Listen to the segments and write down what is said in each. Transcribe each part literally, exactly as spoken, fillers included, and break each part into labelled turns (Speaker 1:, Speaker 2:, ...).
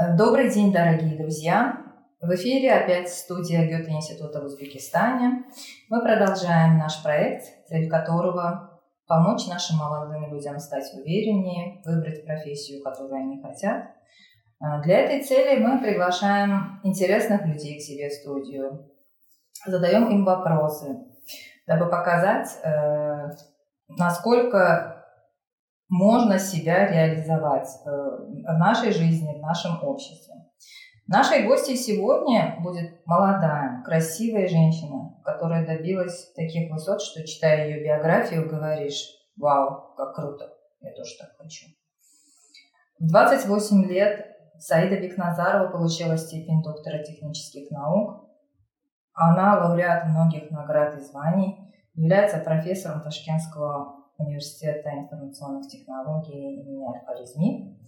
Speaker 1: Добрый день, дорогие друзья! В эфире опять студия Гёте-института в Узбекистане. Мы продолжаем наш проект, цель которого – помочь нашим молодым людям стать увереннее, выбрать профессию, которую они хотят. Для этой цели мы приглашаем интересных людей к себе в студию, задаем им вопросы, дабы показать, насколько можно себя реализовать в нашей жизни, в нашем обществе. Нашей гостьей сегодня будет молодая, красивая женщина, которая добилась таких высот, что, читая ее биографию, говоришь: «Вау, как круто, я тоже так хочу». В двадцать восемь лет Саида Бекназарова получила степень доктора технических наук. Она лауреат многих наград и званий, является профессором Ташкентского университета информационных технологий имени Аль-Хорезми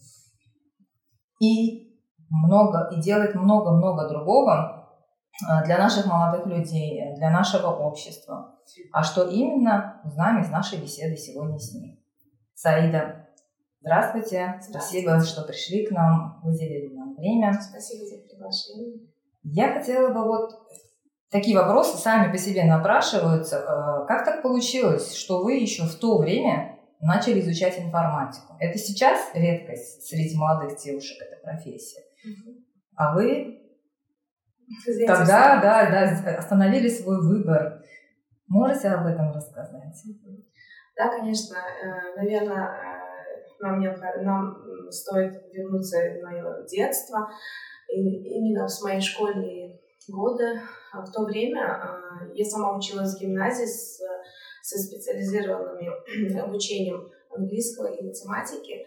Speaker 1: и, много, и делает много-много другого для наших молодых людей, для нашего общества. А что именно, узнаем из нашей беседы сегодня с ней. Саида, здравствуйте. Спасибо, здравствуйте, что пришли к нам, выделили нам время.
Speaker 2: Спасибо за приглашение.
Speaker 1: Я хотела бы вот... Такие вопросы сами по себе напрашиваются. Как так получилось, что вы еще в то время начали изучать информатику? Это сейчас редкость среди молодых девушек, эта профессия. Угу. А вы Знаете, тогда да, да, остановили свой выбор. Можете об этом рассказать?
Speaker 2: Да, конечно. Наверное, нам, нам стоит вернуться в мое детство. И именно с моей школьной годы. В то время я сама училась в гимназии с, со специализированным обучением английского и математики.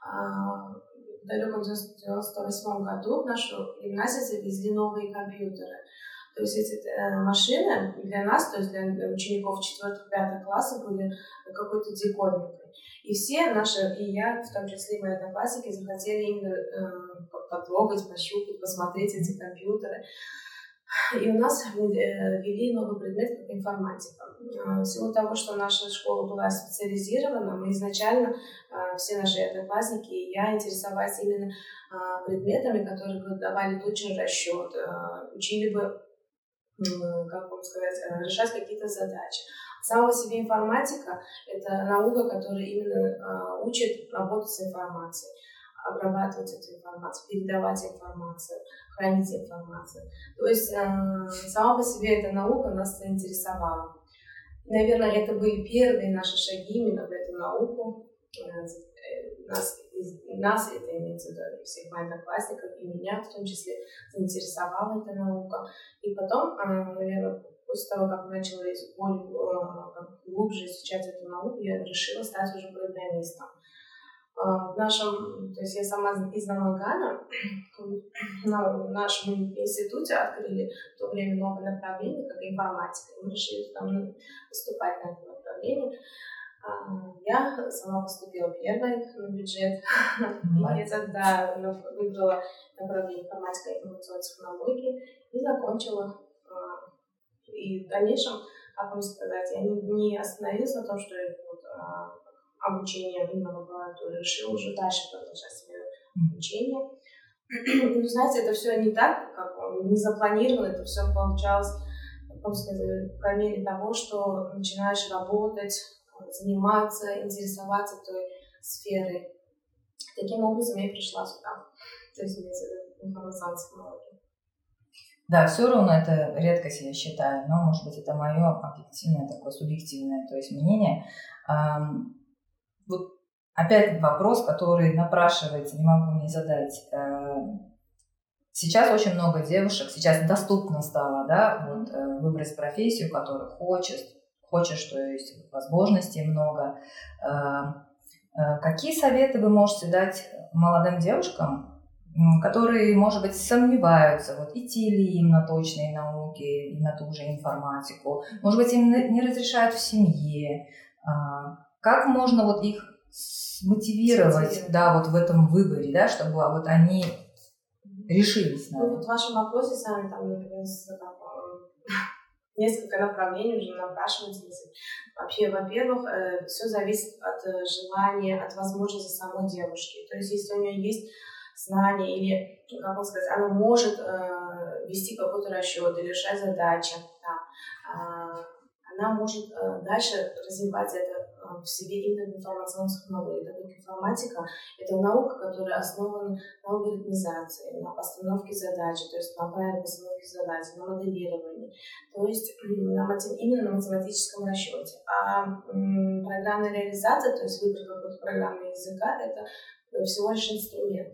Speaker 2: В далеком девяносто восьмом году в нашу гимназию завезли новые компьютеры. То есть эти машины для нас, то есть для учеников четвёртого-пятого класса, были какой-то диковинкой. И все наши, и я, в том числе и мои одноклассники, захотели именно потрогать, пощупать, посмотреть эти компьютеры. И у нас ввели новый предмет, как информатика. В силу того, что наша школа была специализирована, мы изначально, все наши одноклассники и я, интересовались именно предметами, которые бы давали точный расчет, учили бы, как вам сказать, решать какие-то задачи. Сама по себе информатика – это наука, которая именно учит работать с информацией, обрабатывать эту информацию, передавать информацию, хранить информацию. То есть э, сама по себе эта наука нас заинтересовала. Наверное, это были первые наши шаги именно в эту науку. Э, нас, нас, это имеется в виду всех моих одноклассников, и меня в том числе заинтересовала эта наука. И потом, э, наверное, после того, как начала более э, глубже изучать эту науку, я решила стать уже программистом. В нашем, то есть я сама из Намангана, в нашем институте открыли в то время новое направление, как информатика. Мы решили там поступать на это направление. Я сама поступила первой на бюджет. Я тогда выбрала направление информатика и информационные технологии и закончила. И в дальнейшем, как вам сказать, я не остановилась на том, что я обучение именно в лаборатории, решила уже дальше продолжать свое обучение. Ну, знаете, это все не так, как не запланировано, это все получалось, как сказать, по мере того, что начинаешь работать, заниматься, интересоваться той сферой. Таким образом я пришла сюда, то есть информационные технологии.
Speaker 1: Да, все равно это редкость, я считаю, но, может быть, это мое объективное, такое субъективное, то есть мнение. Вот опять вопрос, который напрашивается, не могу не задать. Сейчас очень много девушек, сейчас доступно стало, да, вот, выбрать профессию, которую хочет, хочет, что есть возможностей много. Какие советы вы можете дать молодым девушкам, которые, может быть, сомневаются, вот идти ли им на точные науки, на ту же информатику, может быть, им не разрешают в семье? Как можно вот их мотивировать, да, вот в этом выборе, да, чтобы вот они решились на это?
Speaker 2: Ну, вот в вашем вопросе сами там, например, несколько направлений уже напрашиваются. Вообще, во-первых, все зависит от желания, от возможности самой девушки. То есть, если у нее есть знания, или, как можно сказать, она может э, вести какой-то расчет или решать задачи. Да. Э, она может э, дальше развивать это э, в себе именно в информационных технологиях. Так как информатика — это наука, которая основана на алгоритмизации, на постановке задач, то есть на правильной постановке задач, на моделировании, то есть на матем... именно на математическом расчете. А м, программная реализация, то есть выбор какого-то программного языка, это всего лишь инструмент.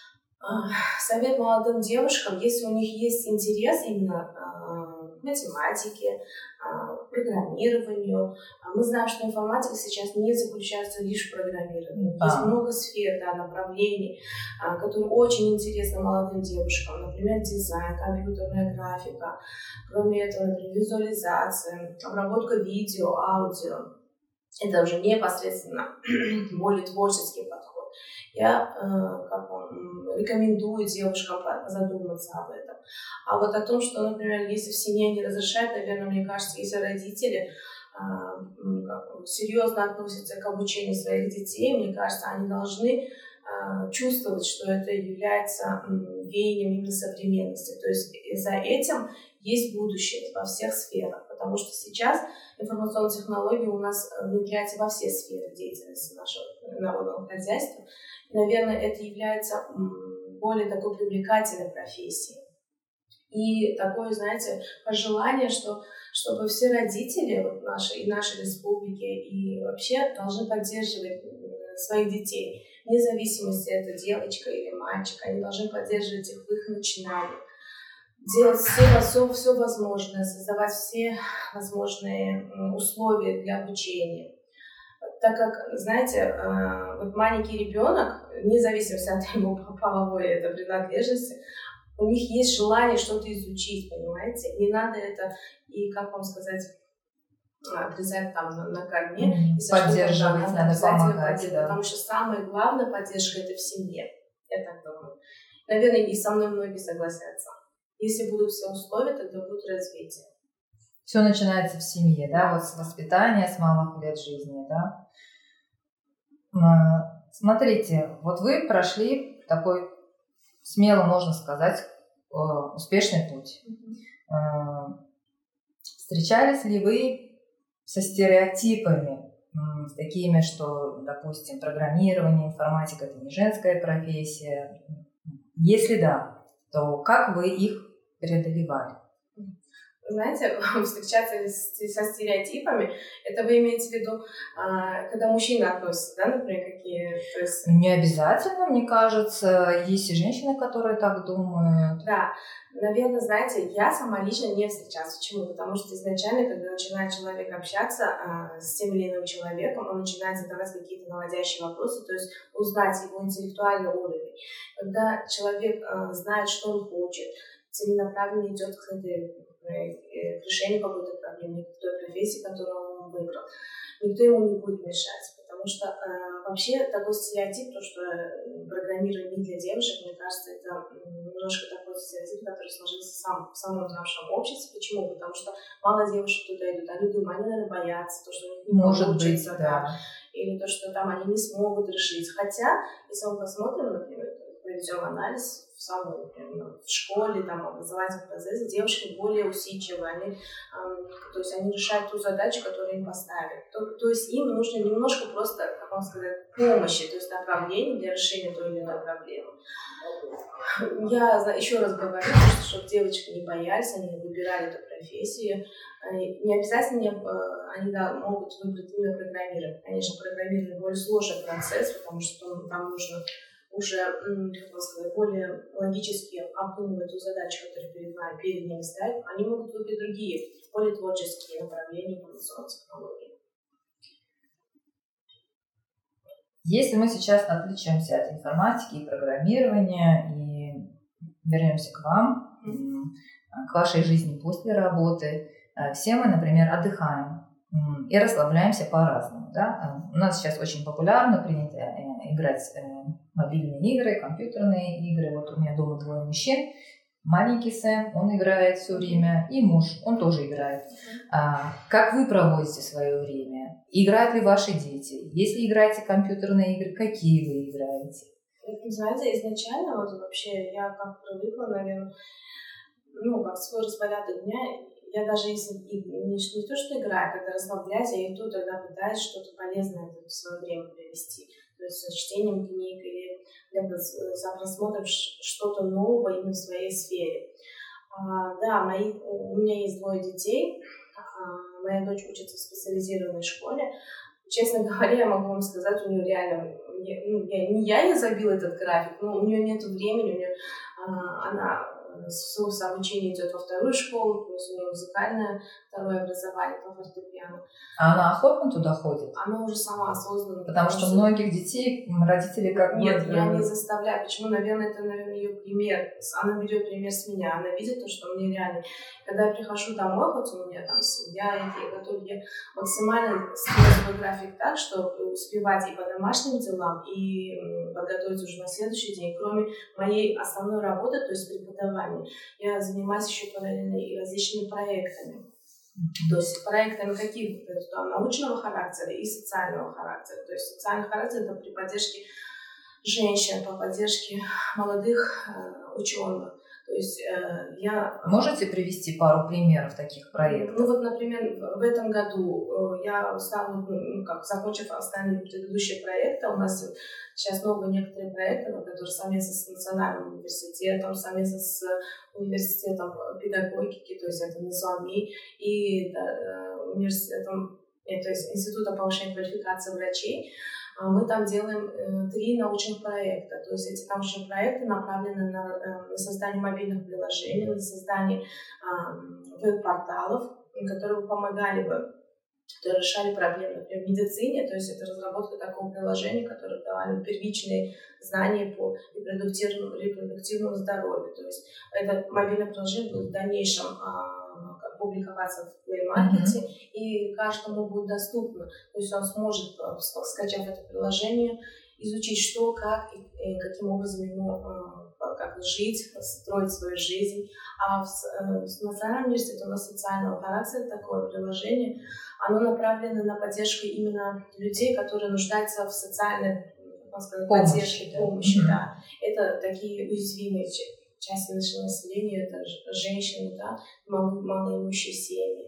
Speaker 2: Совет молодым девушкам, если у них есть интерес именно к математике, к программированию. Мы знаем, что информатика сейчас не заключается лишь в программировании. Да. Есть много сфер, да, направлений, которые очень интересны молодым девушкам. Например, дизайн, компьютерная графика. Кроме этого, например, визуализация, обработка видео, аудио. Это уже непосредственно более творческий подход. Я э, как бы, рекомендую девушкам задуматься об этом. А вот о том, что, например, если в семье не разрешают, наверное, мне кажется, если родители э, серьезно относятся к обучению своих детей, мне кажется, они должны э, чувствовать, что это является э, веянием именно современности. То есть за этим есть будущее во всех сферах, потому что сейчас информационные технологии у нас внедряются во все сферы деятельности нашего народного хозяйства. И, наверное, это является более такой привлекательной профессией. И такое, знаете, пожелание, что, чтобы все родители вот нашей, и нашей республики и вообще должны поддерживать своих детей, вне зависимости, это девочка или мальчик, они должны поддерживать их в их начинаниях. Делать все, все, все возможное, создавать все возможные условия для обучения. Так как, знаете, вот маленький ребенок, вне зависимости от его половой это принадлежности, у них есть желание что-то изучить, понимаете? Не надо это, и как вам сказать, отрезать там на, на корме.
Speaker 1: Mm-hmm. Поддерживать, надо, надо помогать. Да.
Speaker 2: Потому что самая главная поддержка — это в семье, я так думаю. Наверное, и со мной многие согласятся. Если будут все условия, тогда будет развитие.
Speaker 1: Все начинается в семье, да, вот с воспитания, с малых лет жизни, да. Смотрите, вот вы прошли такой, смело можно сказать, успешный путь. Mm-hmm. Встречались ли вы со стереотипами, с такими, что, допустим, программирование, информатика — это не женская профессия? Если да, то как вы их преодолевали?
Speaker 2: Знаете, встречаться со стереотипами, это вы имеете в виду, когда мужчины относятся, да, например, какие? То есть...
Speaker 1: Не обязательно, мне кажется, есть и женщины, которые так думают.
Speaker 2: Да, наверное, знаете, я сама лично не встречалась. Почему? Потому что изначально, когда начинает человек общаться а, с тем или иным человеком, он начинает задавать какие-то наводящие вопросы, то есть узнать его интеллектуальный уровень. Когда человек а, знает, что он хочет, целенаправленно идет к этой к решению какой-то проблемы, к той профессии, которую он выбрал. Никто ему не будет мешать, потому что э, вообще такой стереотип, то, что программирование не для девушек, мне кажется, это немножко такой стереотип, который сложился сам, в самом нашем обществе. Почему? Потому что мало девушек туда идут, они думают, они, наверное, боятся, то, что они не
Speaker 1: Может быть, да.
Speaker 2: да, или то, что там они не смогут решить. Хотя, если мы посмотрим, например, проведем анализ в самой, например, в школе, там, образовательном процессе, девушки более усидчивые, они, эм, то есть они решают ту задачу, которую им поставили. То, то есть им нужно немножко просто, как вам сказать, помощи, то есть направления для решения той или иной проблемы. Я еще раз говорю, чтобы девочки не боялись, они выбирали эту профессию. Не обязательно они да, могут выбрать именно программирование. Конечно, программирование более сложный процесс, потому что там нужно уже, как сказать, более логически обдумывать ту задачу, которую перед нами, перед ними ставят. Они могут выбрать другие, более творческие направления информационных технологий.
Speaker 1: Если мы сейчас отвлечемся от информатики и программирования и вернемся к вам, mm-hmm. к вашей жизни после работы, все мы, например, отдыхаем и расслабляемся по-разному. Да? У нас сейчас очень популярно принято играть в мобильные игры, компьютерные игры. Вот у меня дома двое мужчин. Маленький сын, он играет все время, и муж, он тоже играет. А, как вы проводите свое время? Играют ли ваши дети? Если играете в компьютерные игры, какие вы играете?
Speaker 2: Знаете, изначально вот вообще я как привыкла, наверное, ну, как свой распорядок дня, я даже если и не, не то, что играю, когда расслабляюсь, я и то тогда пытаюсь что-то полезное в свое время провести. То есть с чтением книг или либо за просмотром что-то нового именно в своей сфере. А, да, мои, у меня есть двое детей. А, моя дочь учится в специализированной школе. Честно говоря, я могу вам сказать, у нее реально, ну, я, не я ей забила этот график, но у нее нет времени, у нее, а, она с обучения идет во вторую школу, плюс у нее музыкальное второе образование по фортепиано.
Speaker 1: А она охотно туда ходит?
Speaker 2: Она уже сама осознанно.
Speaker 1: Потому, потому что, что многих детей родители как
Speaker 2: Нет,
Speaker 1: бы...
Speaker 2: я не заставляю. Почему? Наверное, это, наверное, ее пример. Она берет пример с меня. Она видит то, что мне реально... Когда я прихожу домой, хоть у меня там семья, я готовлю, я максимально строю свой график так, чтобы успевать и по домашним делам, и подготовить уже на следующий день. Кроме моей основной работы, то есть преподавания, я занимаюсь еще параллельно и различными проектами. То есть проектами каких? Там, научного характера и социального характера. То есть социальный характер — это при поддержке женщин, по поддержке молодых э, ученых. То есть э, я...
Speaker 1: Можете привести пару примеров таких проектов?
Speaker 2: Ну вот, например, в этом году э, я стала, ну, как, закончив остальные предыдущие проекты, у нас сейчас новые некоторые проекты, которые совместно с Национальным университетом, совместно с университетом педагогики, то есть это НИЗОАМИ, и да, университетом, то есть Институтом повышения квалификации врачей. Мы там делаем э, три научных проекта. То есть эти научные проекты направлены на, э, на создание мобильных приложений, на создание э, веб-порталов, которые бы помогали бы, которые решали проблемы, например, в медицине. То есть это разработка такого приложения, которое давали первичные знания по репродуктивному, репродуктивному здоровью. То есть это мобильное приложение будет в дальнейшем э, публиковаться в Play Market, mm-hmm. и каждому будет доступно. То есть он сможет, скачав это приложение, изучить, что, как и, и каким образом ему как жить, строить свою жизнь. А в, в Национальном университете у нас социального характера такое приложение, оно направлено на поддержку именно людей, которые нуждаются в социальной, как сказать, помощи, поддержке, да. помощи. Mm-hmm. Да. Это такие уязвимые части нашего населения, это женщины, да, малоимущие семьи.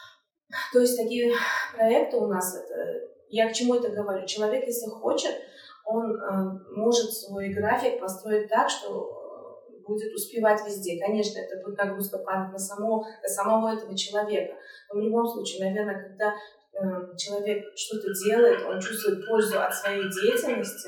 Speaker 2: То есть такие проекты у нас, это, я к чему это говорю? Человек, если хочет, он э, может свой график построить так, что э, будет успевать везде. Конечно, это будет нагрузка падать на, само, на самого этого человека. Но в любом случае, наверное, когда э, человек что-то делает, он чувствует пользу от своей деятельности,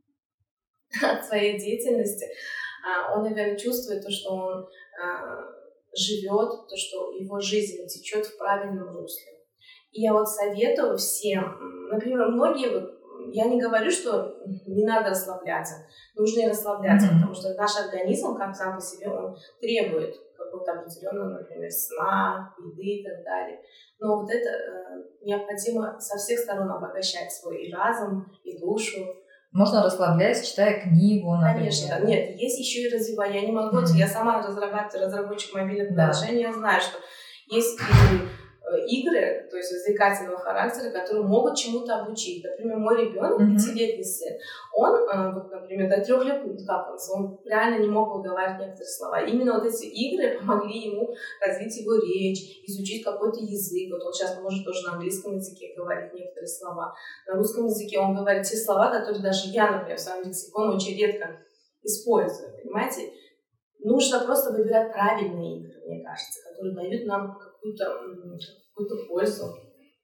Speaker 2: от своей деятельности, он, наверное, чувствует то, что он а, живет, то, что его жизнь течет в правильном русле. И я вот советую всем, например, многие, я не говорю, что не надо расслабляться, нужно и расслабляться, mm-hmm. потому что наш организм, как сам по себе, он требует какого-то определенного, например, сна, еды и так далее. Но вот это э, необходимо со всех сторон обогащать свой и разум, и душу.
Speaker 1: Можно расслабляясь, читая книгу, например.
Speaker 2: Конечно, нет, есть еще и развивать. Я не могу, mm-hmm. я сама разрабатываю, разработчик мобильных приложений, да. Я знаю, что есть и игры, то есть развлекательного характера, которые могут чему-то обучить. Например, мой ребенок, mm-hmm. пятилетний сын, он, вот, например, до трех лет, как он, он реально не мог выговаривать некоторые слова. Именно вот эти игры помогли ему развить его речь, изучить какой-то язык. Вот он сейчас может тоже на английском языке говорить некоторые слова. На русском языке он говорит те слова, которые даже я, например, в своем лексиконе очень редко использую, понимаете? Нужно просто выбирать правильные игры, мне кажется, которые дают нам какую-то, какую-то пользу.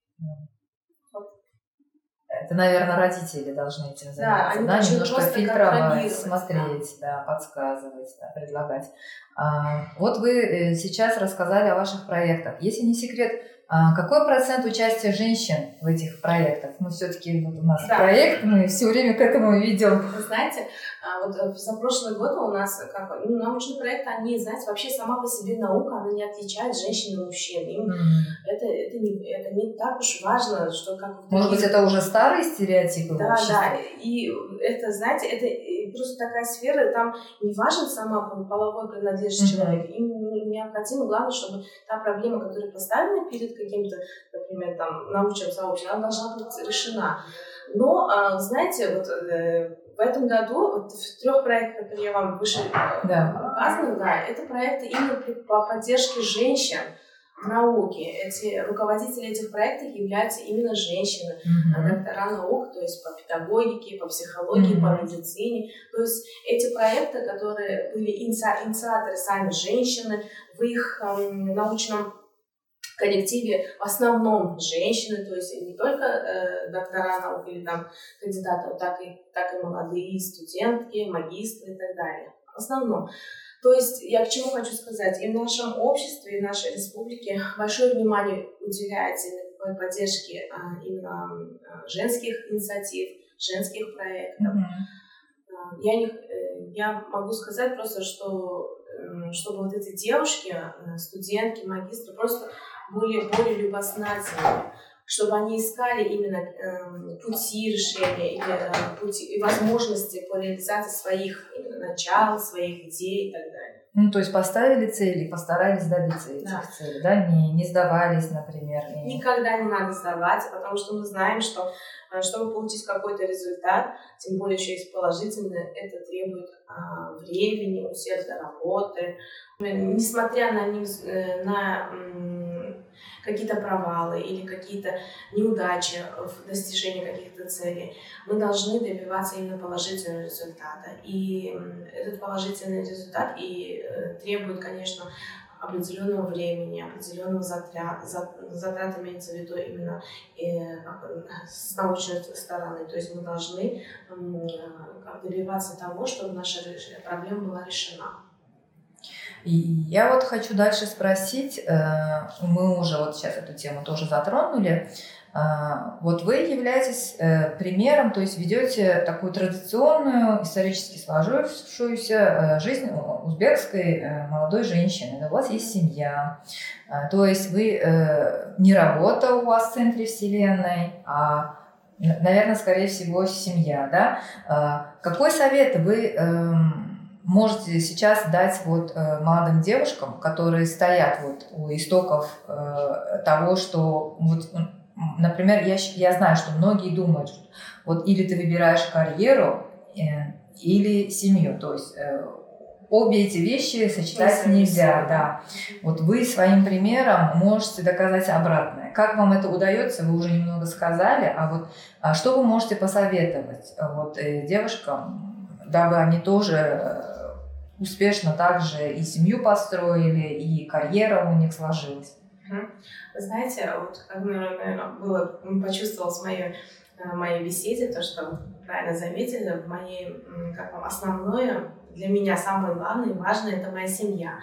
Speaker 1: Это, наверное, родители должны этим заняться,
Speaker 2: да, они
Speaker 1: да? Немножко фильтровать, смотреть,
Speaker 2: да.
Speaker 1: Да, подсказывать, да, предлагать. А, вот вы сейчас рассказали о ваших проектах. Если не секрет, а какой процент участия женщин в этих проектах? Ну, все-таки вот у нас да. проект, мы все время к этому ведем.
Speaker 2: Вы знаете, вот за прошлый год у нас как, ну, научные проекты, они, знаете, вообще сама по себе наука, она не отличает женщин и мужчин. Им mm-hmm. это, это, не, это не так уж важно, что как...
Speaker 1: Может быть, это уже старые стереотипы
Speaker 2: да,
Speaker 1: в обществе?
Speaker 2: Да, да. И это, знаете, это просто такая сфера, там не важна сама половой принадлежность mm-hmm. человека. Им необходимо, главное, чтобы та проблема, которая поставлена перед каким-то, например, там, научным сообществом, она должна быть решена. Но, знаете, вот в этом году вот в трех проектах, которые я вам выше да. указана, да, это проекты именно по поддержке женщин в науке. Эти руководители этих проектов являются именно женщины, mm-hmm. доктора наук, то есть по педагогике, по психологии, mm-hmm. по медицине. То есть эти проекты, которые были иници- инициаторы сами женщины, в их эм, научном коллективе в основном женщины, то есть не только э, доктора наук или там кандидаты, так и, так и молодые студентки, магистры и так далее. В основном. То есть я к чему хочу сказать, и в нашем обществе, и в нашей республике большое внимание уделяется поддержке а, именно женских инициатив, женских проектов. Mm-hmm. Я, не, я могу сказать просто, что чтобы вот эти девушки, студентки, магистры просто были более любознательными, чтобы они искали именно э, пути решения или э, пути, возможности по реализации своих начал, своих идей и так далее.
Speaker 1: Ну, то есть поставили цели, постарались добиться этих да. целей, да? Не, не сдавались, например.
Speaker 2: И... Никогда не надо сдаваться, потому что мы знаем, что чтобы получить какой-то результат, тем более еще есть положительный, это требует а, времени, усердия работы. Несмотря на, на м, какие-то провалы или какие-то неудачи в достижении каких-то целей, мы должны добиваться именно положительного результата. И этот положительный результат и э, требует, конечно, определенного времени, определенного затрат, затрат имеется в виду именно э, с научной стороны. То есть мы должны э, добиваться того, чтобы наша проблема была решена.
Speaker 1: И я вот хочу дальше спросить, мы уже вот сейчас эту тему тоже затронули, вот вы являетесь примером, то есть ведете такую традиционную, исторически сложившуюся жизнь узбекской молодой женщины, у вас есть семья, то есть вы не работа у вас в центре вселенной, а, наверное, скорее всего, семья, да? Какой совет вы можете сейчас дать вот э, молодым девушкам, которые стоят вот у истоков э, того, что, вот, например, я, я знаю, что многие думают, что вот или ты выбираешь карьеру э, или семью, то есть э, обе эти вещи сочетать нельзя, да. Вот вы своим примером можете доказать обратное. Как вам это удается, вы уже немного сказали, а вот а что вы можете посоветовать вот, э, девушкам, дабы они тоже успешно также и семью построили, и карьера у них сложилась.
Speaker 2: Вы знаете, вот как, наверное, было, почувствовал с моей, моей беседе, то, что вы правильно заметили, в моей, как вам, основное, для меня самое главное и важное – это моя семья.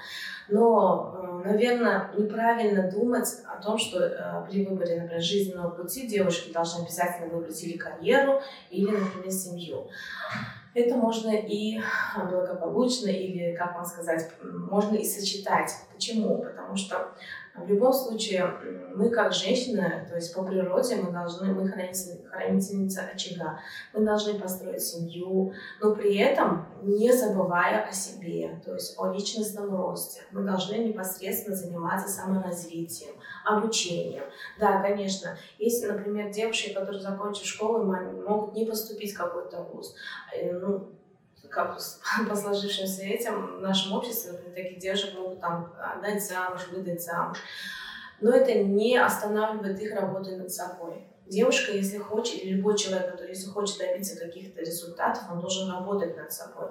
Speaker 2: Но, наверное, неправильно думать о том, что при выборе, например, жизненного пути девушки должны обязательно выбрать или карьеру, или, например, семью. Это можно и благополучно, или, как вам сказать, можно и сочетать. Почему? Потому что в любом случае мы, как женщины, то есть по природе, мы должны, мы хранительница очага, мы должны построить семью, но при этом не забывая о себе, то есть о личностном росте. Мы должны непосредственно заниматься саморазвитием, обучением. Да, конечно, есть, например, девушки, которые, закончив школу, могут не поступить в какой-то вуз. Ну, как по сложившимся этим в нашем обществе, например, таких девушек могут там отдать замуж, выдать замуж. Но это не останавливает их работы над собой. Девушка, если хочет, или любой человек, который, если хочет добиться каких-то результатов, он должен работать над собой.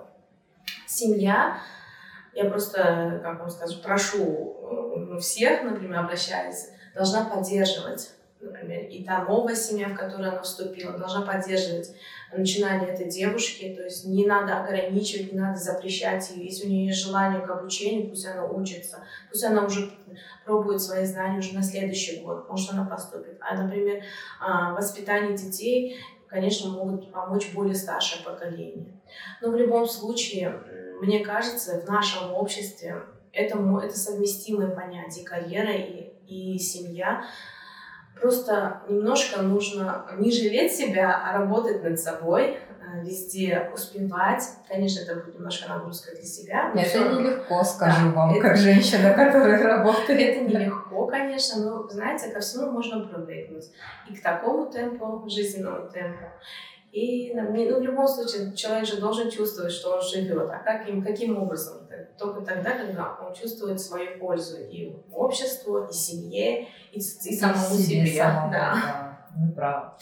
Speaker 2: Семья, я просто, как вам скажу, прошу всех, например, обращаясь, должна поддерживать, например, и та новая семья, в которую она вступила, должна поддерживать начинание этой девушки, то есть не надо ограничивать, не надо запрещать ее. Если у нее есть желание к обучению, пусть она учится, пусть она уже пробует свои знания уже на следующий год, может, она поступит. А, например, воспитание детей, конечно, могут помочь более старшее поколение. Но в любом случае, мне кажется, в нашем обществе это, это совместимые понятия, карьера и, и семья. Просто немножко нужно не жалеть себя, а работать над собой, везде успевать. Конечно, это будет немножко нагрузка для себя.
Speaker 1: Это все... нелегко, скажу да, вам, это... как женщина, которая работает.
Speaker 2: Это нелегко, конечно, но, знаете, ко всему можно привыкнуть. И к такому темпу, жизненному темпу, И ну, в любом случае человек же должен чувствовать, что он живет. А как им, каким образом? Только тогда, когда он чувствует свою пользу и обществу, и семье, и, и самому себе. себе.
Speaker 1: Самому,
Speaker 2: да.
Speaker 1: Да, вы правы.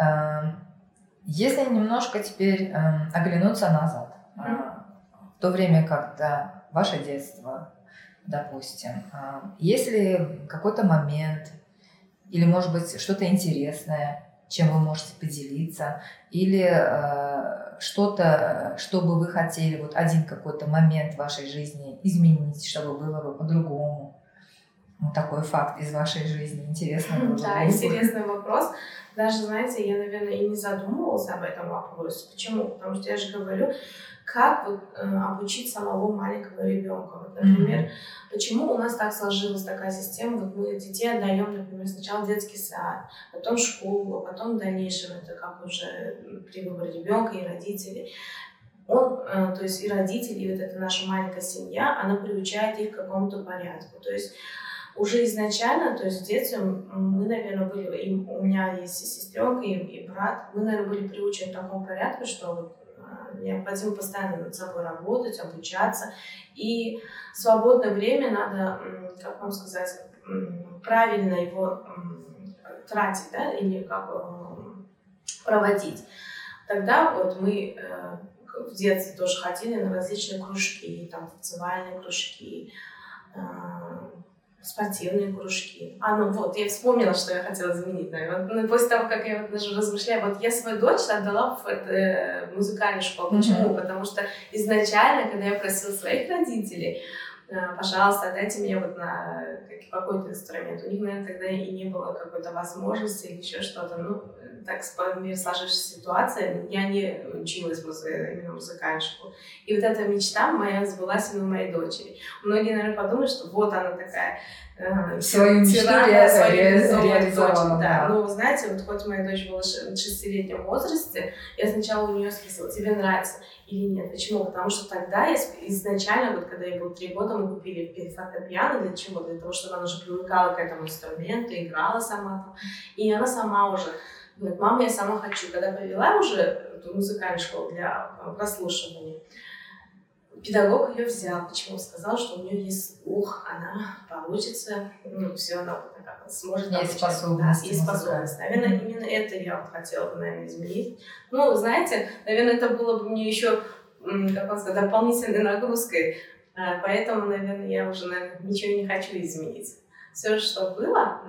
Speaker 1: Если немножко теперь оглянуться назад, mm-hmm. в то время, когда ваше детство, допустим, есть ли какой-то момент или, может быть, что-то интересное, чем вы можете поделиться, или э, что-то, что бы вы хотели, вот один какой-то момент в вашей жизни изменить, чтобы было бы по-другому? Вот такой факт из вашей жизни. Интересно было.
Speaker 2: Да, интересный вопрос. Даже, знаете, я, наверное, и не задумывалась об этом вопросе. Почему? Потому что я же говорю, как вот, э, обучить самого маленького ребенка. Вот, например, mm-hmm. почему у нас так сложилась такая система, вот мы детей отдаем, например, сначала в детский сад, потом в школу, потом в дальнейшем это как уже при выборе ребенка и родителей. Он, э, то есть и родители, и вот эта наша маленькая семья, она приучает их к какому-то порядку. То есть уже изначально, то есть в детстве мы, наверное, были, и у меня есть и сестренка, и, и брат, мы, наверное, были приучены к такому порядку, что вот необходимо постоянно над собой работать, обучаться. И свободное время надо, как вам сказать, правильно его тратить, да, или как проводить. Тогда вот мы в детстве тоже ходили на различные кружки, там танцевальные кружки, спортивные кружки. А, ну вот, я вспомнила, что я хотела изменить, наверное. После того, как я вот даже размышляю, вот я свою дочь отдала в это, музыкальную школу. Почему? Mm-hmm. Потому что изначально, когда я просила своих родителей, пожалуйста, отдайте мне вот на какой-то инструмент. У них, наверное, тогда и не было какой-то возможности или еще что-то. Ну, так, по мере сложившейся ситуации, я не училась в музы... именно в музыкальной школе. И вот эта мечта моя сбылась именно моей дочери. Многие, наверное, подумают, что вот она такая э,
Speaker 1: свою мечту реализовала.
Speaker 2: Да. Но, вы знаете, вот хоть моя дочь была в шестилетнем возрасте, я сначала у нее спросила, тебе нравится или нет? Почему? Потому что тогда я изначально, вот когда ей было три года, мы купили фортепиано. Для чего? Для того, чтобы она уже привыкала к этому инструменту, играла сама. И она сама уже говорит, мама, я сама хочу. Когда повела уже в музыкальную школу для прослушивания, педагог ее взял. Почему? Сказал, что у нее есть слух, она получится, ну, все, она сможет
Speaker 1: есть способность.
Speaker 2: Да, есть способность. Наверное, именно это я вот хотела бы, наверное, изменить. Ну, знаете, наверное, это было бы мне еще, как вам сказать, дополнительной нагрузкой. Поэтому, наверное, я уже, наверное, ничего не хочу изменить. Все, что было,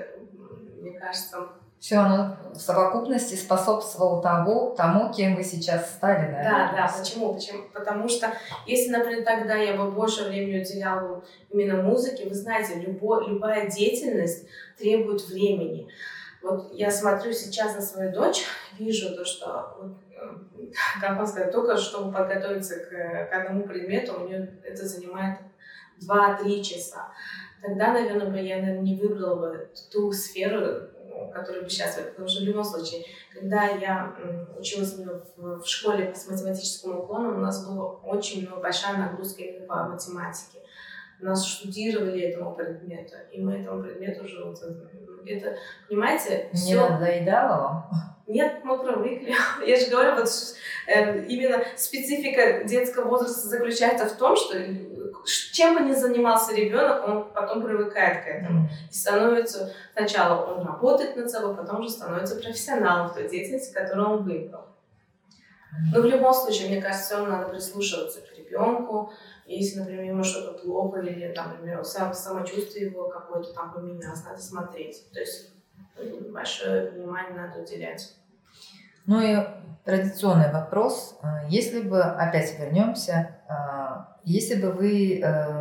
Speaker 2: мне кажется...
Speaker 1: Все оно в совокупности способствовало того, тому, кем вы сейчас стали, наверное.
Speaker 2: Да, да. Почему? Почему? Потому что если, например, тогда я бы больше времени уделяла именно музыке, вы знаете, любо, любая деятельность требует времени. Вот я смотрю сейчас на свою дочь, вижу то, что, вот, как вам сказать, только чтобы подготовиться к, к одному предмету, у нее это занимает два-три часа. Тогда, наверное, бы я, наверное, не выбрала бы ту сферу, которую бы сейчас, потому что в любом случае, когда я училась в, в школе с математическим уклоном, у нас была очень много, большая нагрузка именно по математике. Нас штудировали этому предмету, и мы этому предмету уже, это, понимаете,
Speaker 1: не
Speaker 2: все...
Speaker 1: надоедало вам?
Speaker 2: Нет, мы привыкли. Я же говорю, вот э, именно специфика детского возраста заключается в том, что чем бы ни занимался ребенок, он потом привыкает к этому. И становится, сначала он работает над собой, потом уже становится профессионалом в той деятельности, которую он выбрал. Но в любом случае, мне кажется, все равно надо прислушиваться к ребенку. Если, например, ему что-то плохо, или, там, например, самочувствие его какое-то там поменялось, надо смотреть. То есть большое внимание надо уделять.
Speaker 1: Ну и традиционный вопрос. Если бы, опять вернемся, если бы вы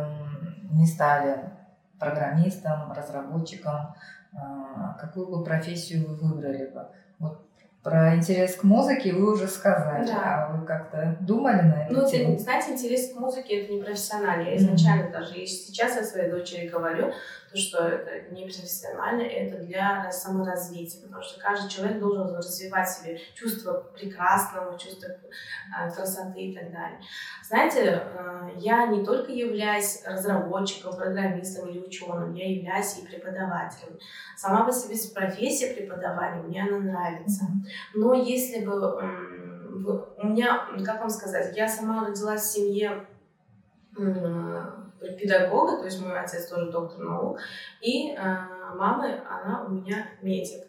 Speaker 1: не стали программистом, разработчиком, какую бы профессию вы выбрали бы? Вот про интерес к музыке вы уже сказали, да. А вы как-то думали на это?
Speaker 2: Ну, тему? Знаете, интерес к музыке — это не профессионально. Я изначально mm-hmm. даже, если сейчас я своей дочери говорю, то, что это не профессионально, это для саморазвития, потому что каждый человек должен развивать в себе чувство прекрасного, чувство э, красоты и так далее. Знаете, э, я не только являюсь разработчиком, программистом или ученым, я являюсь и преподавателем. Сама по себе профессия преподавания, мне она нравится. Mm-hmm. Но если бы у меня, как вам сказать, я сама родилась в семье педагога, то есть мой отец тоже доктор наук, и мама, она у меня медик.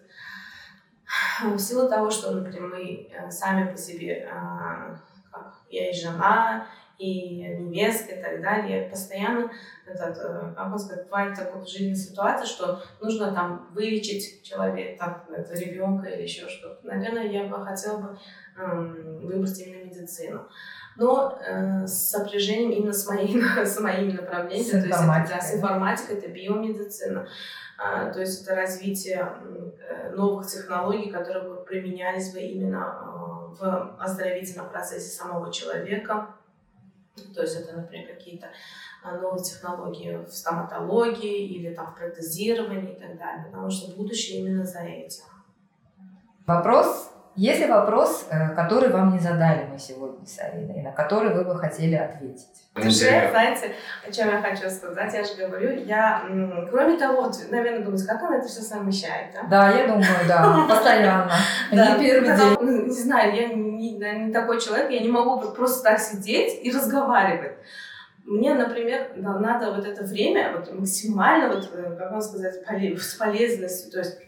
Speaker 2: В силу того, что, например, мы сами по себе, как я и жена, и невестка и так далее, постоянно, этот, как сказать, бывает такая жизненная ситуация, что нужно там вылечить человека, там, это, ребенка или еще что-то. Наверное, я бы хотела бы эм, выбрать именно медицину. Но э, с сопряжением именно с, моей, с моими направлениями,
Speaker 1: с
Speaker 2: то есть это, да, с информатикой, это биомедицина. То есть это развитие новых технологий, которые бы применялись бы именно в оздоровительном процессе самого человека. То есть это, например, какие-то новые технологии в стоматологии или там в протезировании и так далее, потому что будущее именно за этим.
Speaker 1: Вопрос. Есть ли вопрос, который вам не задали мы сегодня с Ариной, на который вы бы хотели ответить?
Speaker 2: Душе, знаете, о чем я хочу сказать, я же говорю, я, кроме того, наверное, думаете, как она это все совмещает, да?
Speaker 1: Да, я думаю, да, постоянно, не первый день.
Speaker 2: Не знаю, я не такой человек, я не могу просто так сидеть и разговаривать. Мне, например, надо вот это время вот максимально, вот, как вам сказать, с полезностью, то есть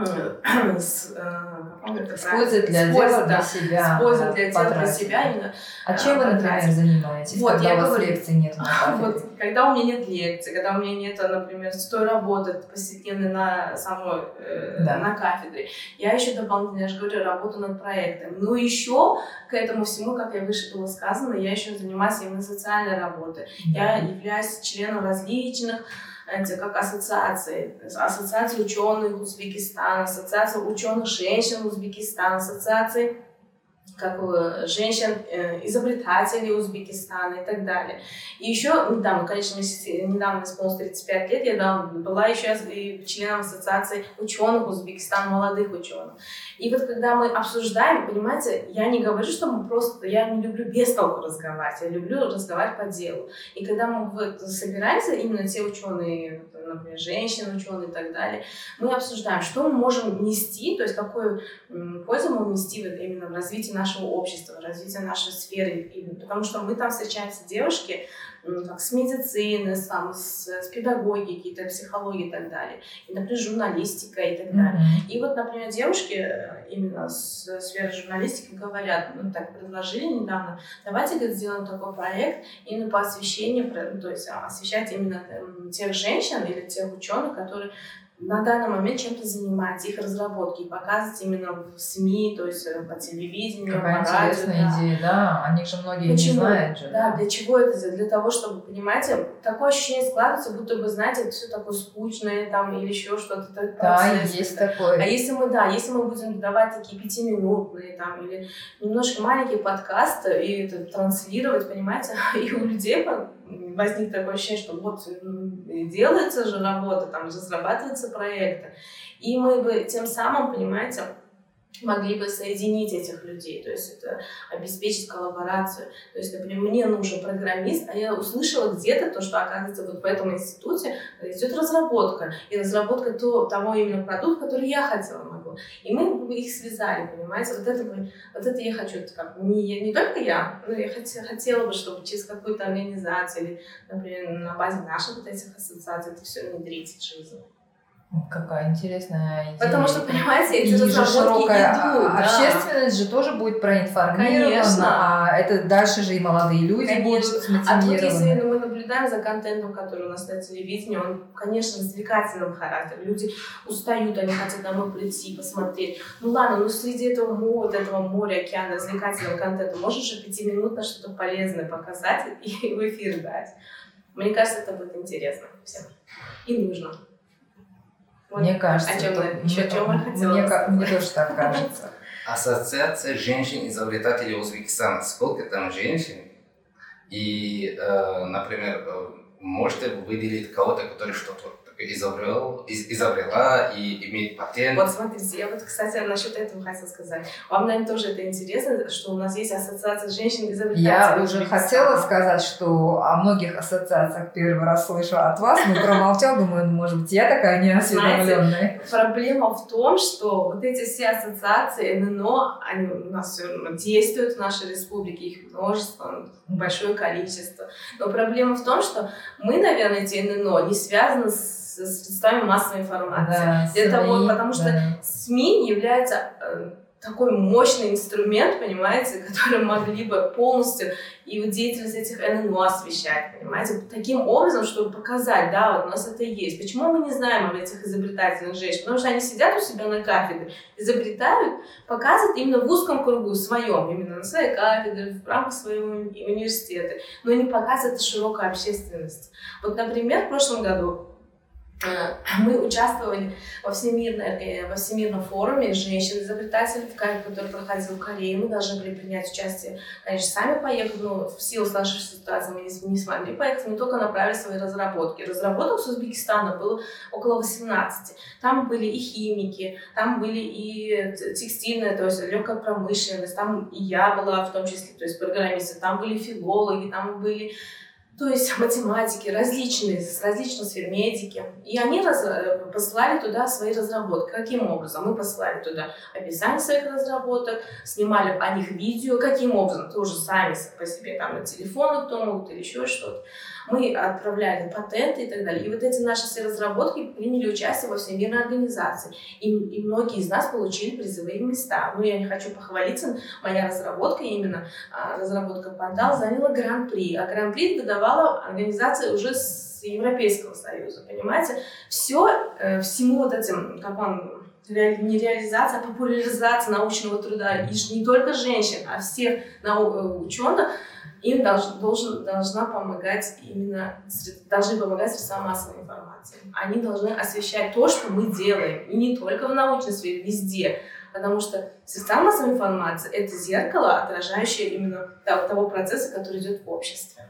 Speaker 2: с,
Speaker 1: использовать для дела для себя.
Speaker 2: Использовать для дела для себя именно.
Speaker 1: А чем вы, например, занимаетесь,
Speaker 2: вот,
Speaker 1: когда у вас
Speaker 2: говорю,
Speaker 1: лекций нет на кафедре?
Speaker 2: Вот, когда у меня нет лекций, когда у меня нет, например, той работы повседневной на самой, э, да. на кафедре, я еще дополнительно, я же говорю, работаю над проектом. Но еще к этому всему, как я выше было сказано, я еще занимаюсь именно социальной работой. Да. Я являюсь членом различных эти, как ассоциации, ассоциация ученых Узбекистана, ассоциация ученых женщин Узбекистана, ассоциации как женщин-изобретателей Узбекистана и так далее. И еще недавно, конечно, недавно исполнилось тридцать пять лет, я была еще и членом ассоциации ученых Узбекистана, молодых ученых. И вот когда мы обсуждаем, понимаете, я не говорю, что мы просто, я не люблю без толку разговаривать, я люблю разговаривать по делу. И когда мы вот собираемся, именно те ученые, например, женщины, ученые и так далее, мы обсуждаем, что мы можем нести, то есть какую пользу мы можем нести именно в развитии нашего общества, в развитии нашей сферы. Потому что мы там встречаемся девушки как с медицины, с, там, с, с педагогики, какие-то психологии и так далее. И, например, журналистика и так далее. Mm-hmm. И вот, например, девушки именно с сферы журналистики говорят, ну так предложили недавно, давайте, говорит, сделаем такой проект именно по освещению, то есть освещать именно тех женщин или тех ученых, которые на данный момент чем-то занимаются, их разработки, и показывать именно в СМИ, то есть по телевидению,
Speaker 1: Какая
Speaker 2: по радио.
Speaker 1: Интересная да. идея, да, о них же многие
Speaker 2: Почему?
Speaker 1: не знают же.
Speaker 2: Да, для чего это? Для того, чтобы, понимаете, такое ощущение складывается, будто бы, знаете, это все такое скучное там или еще что-то.
Speaker 1: Да, есть такое.
Speaker 2: А если мы, да, если мы будем давать такие пятиминутные там или немножко маленькие подкасты и это транслировать, понимаете, и у людей возник такое ощущение, что вот делается же работа, там разрабатываются проекты, и мы бы тем самым, понимаете, могли бы соединить этих людей, то есть это обеспечить коллаборацию. То есть, например, мне нужен программист, а я услышала где-то то, что, оказывается, вот в этом институте идет разработка, и разработка то, того именно продукта, который я хотела могу. И мы бы их связали, понимаете? Вот это, вот это я хочу, как, не, не только я, но я хотела, хотела бы, чтобы через какую-то организацию или, например, на базе наших вот этих ассоциаций это все внедрить в жизнь.
Speaker 1: Какая интересная идея.
Speaker 2: Потому что, понимаете, эти разработки идут.
Speaker 1: Да. Общественность же тоже будет проинформирована,
Speaker 2: конечно.
Speaker 1: А это дальше же и молодые люди конечно. Будут смотивированы.
Speaker 2: А тут, если мы наблюдаем за контентом, который у нас на телевидении, он, конечно, развлекательного характера. Люди устают, они хотят домой прийти, посмотреть. Ну ладно, но среди этого моря, вот этого моря, океана, развлекательного контента можешь же пятиминутно что-то полезное показать и в эфир дать. Мне кажется, это будет интересно всем. И нужно. Вот.
Speaker 1: Мне кажется,
Speaker 2: о чем,
Speaker 1: это,
Speaker 2: еще
Speaker 1: мне,
Speaker 2: чем
Speaker 1: мне, мне, мне тоже так кажется.
Speaker 3: Ассоциация женщин-изобретателей Узбекистана. Сколько там женщин? И, э, например, можете выделить кого-то, который что-то изобрел, из, изобрела и имеет патент.
Speaker 2: Вот смотрите, я вот, кстати, насчет этого хотела сказать. Вам, наверное, тоже это интересно, что у нас есть ассоциация женщин-изобретателей.
Speaker 1: Я уже хотела сказать, что о многих ассоциациях первый раз слышу от вас, но промолчал, думаю, может быть, я такая неосведомленная.
Speaker 2: Проблема в том, что вот эти все ассоциации эн эн о, они у нас все равно действуют в нашей республике, их множество, большое количество. Но проблема в том, что мы, наверное, эти эн эн о не связаны с с средствами массовой информации.
Speaker 1: Да,
Speaker 2: Для того, потому что
Speaker 1: да.
Speaker 2: СМИ является э, такой мощный инструмент, понимаете, который могли бы полностью и вот деятельность этих эн эн о освещать, понимаете, таким образом, чтобы показать, да, вот у нас это есть. Почему мы не знаем об этих изобретательных женщинах? Потому что они сидят у себя на кафедре, изобретают, показывают именно в узком кругу своем, именно на своей кафедре, в рамках своего университета, но не показывают широкой общественности. Вот, например, в прошлом году мы участвовали во, всемирной, во Всемирном форуме женщин-изобретателей, который проходил в Корее. Мы должны были принять участие, конечно, сами поехать, но в силу сложившейся ситуации мы не, не смогли поехать, мы только направили свои разработки. Разработок с Узбекистана было около восемнадцати. Там были и химики, там были и текстильная, то есть легкая промышленность, там и я была в том числе, то есть программисты, там были филологи, там были... То есть математики различные, с различных сфер, медики. И они раз, посылали туда свои разработки. Каким образом? Мы посылали туда описание своих разработок, снимали о них видео. Каким образом? Тоже сами по себе, там на телефоны кто могут или еще что-то. Мы отправляли патенты и так далее. И вот эти наши все разработки приняли участие во Всемирной организации. И, и многие из нас получили призовые места. Ну, я не хочу похвалиться, моя разработка, именно разработка портала, заняла гран-при. А гран-при выдавала организация уже с Европейского Союза, понимаете? Все, всему вот этим, как он, не реализация, а популяризация научного труда, и не только женщин, а всех ученых, им долж, должен, должна помогать именно, должны помогать средства массовой информации. Они должны освещать то, что мы делаем, и не только в научной сфере, везде. Потому что средства массовой информации – это зеркало, отражающее именно того, того процесса, который идет в обществе.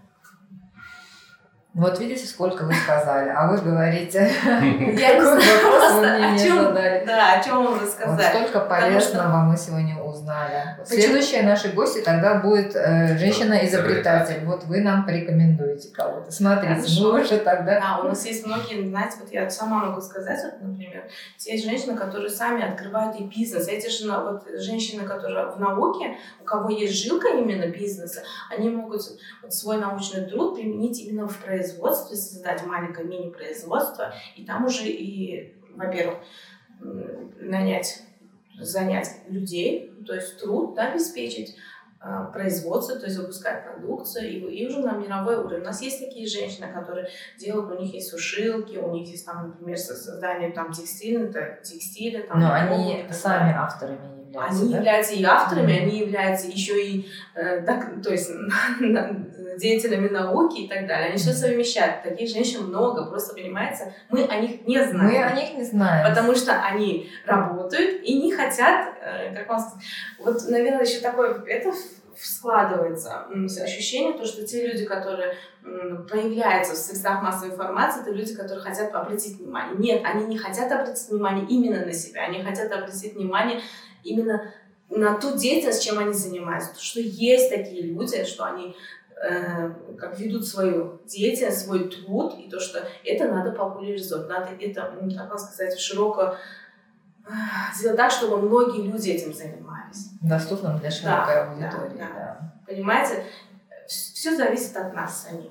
Speaker 1: Вот видите, сколько вы сказали, а вы говорите,
Speaker 2: я
Speaker 1: какой вопрос вы мне не
Speaker 2: чем,
Speaker 1: задали.
Speaker 2: Да, о чем вам рассказать.
Speaker 1: Вот столько полезного что... мы сегодня узнали. Вот следующая наша гостья тогда будет э, женщина-изобретатель. Вот вы нам порекомендуете кого-то. Смотрите,
Speaker 2: Хорошо.
Speaker 1: Мы уже тогда...
Speaker 2: Да, у нас есть многие, знаете, вот я сама могу сказать, вот, например, те женщины, которые сами открывают и бизнес. Эти же вот, женщины, которые в науке, у кого есть жилка именно бизнеса, они могут вот, свой научный труд применить именно в производстве. производстве, создать маленькое мини-производство, и там уже и, во-первых, нанять, занять людей, то есть труд, да, обеспечить э, производство, то есть выпускать продукцию, и, и уже на мировой уровень. У нас есть такие женщины, которые делают, у них есть сушилки, у них есть, там, например, создание там, текстиля, текстиля. Там,
Speaker 1: но они сами авторами являются,
Speaker 2: Они
Speaker 1: да?
Speaker 2: являются и авторами, mm-hmm. они являются еще и э, так, то есть, деятелями науки и так далее. Они все совмещают. Таких женщин много, просто, понимаете, мы о них не знаем.
Speaker 1: Мы о них не знаем.
Speaker 2: Потому что они работают и не хотят, как вам сказать, вот, наверное, еще такое, это складывается ощущение, то, что те люди, которые проявляются в средствах массовой информации, это люди, которые хотят обратить внимание. Нет, они не хотят обратить внимание именно на себя, они хотят обратить внимание именно на ту деятельность, чем они занимаются. Что есть такие люди, что они как ведут свою деятельность, свой труд, и то, что это надо популяризовать, надо это, как вам сказать, широко сделать так, чтобы многие люди этим занимались.
Speaker 1: Доступным для широкой
Speaker 2: да,
Speaker 1: аудитории.
Speaker 2: Да, да.
Speaker 1: Да.
Speaker 2: Понимаете, все зависит от нас самих.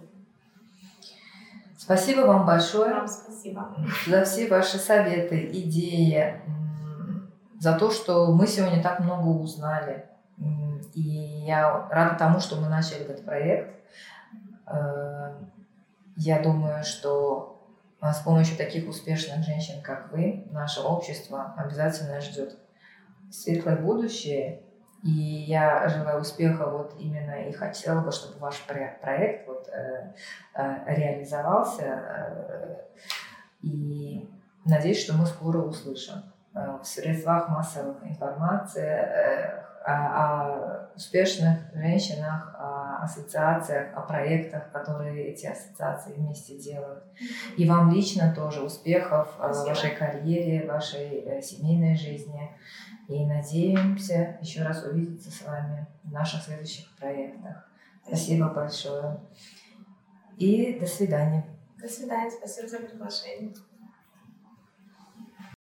Speaker 1: Спасибо вам большое.
Speaker 2: Вам спасибо.
Speaker 1: За все ваши советы, идеи, за то, что мы сегодня так много узнали. И я рада тому, что мы начали этот проект. Я думаю, что с помощью таких успешных женщин, как вы, наше общество обязательно ждет светлое будущее. И я желаю успеха вот именно и хотела бы, чтобы ваш проект вот, э, э, реализовался. Э, и надеюсь, что мы скоро услышим э, в средствах массовой информации э, о, о успешных женщинах, о ассоциациях, о проектах, которые эти ассоциации вместе делают. И вам лично тоже успехов Спасибо. В вашей карьере, в вашей семейной жизни. И надеемся еще раз увидеться с вами в наших следующих проектах. Спасибо большое. И до свидания.
Speaker 2: До свидания. Спасибо за приглашение.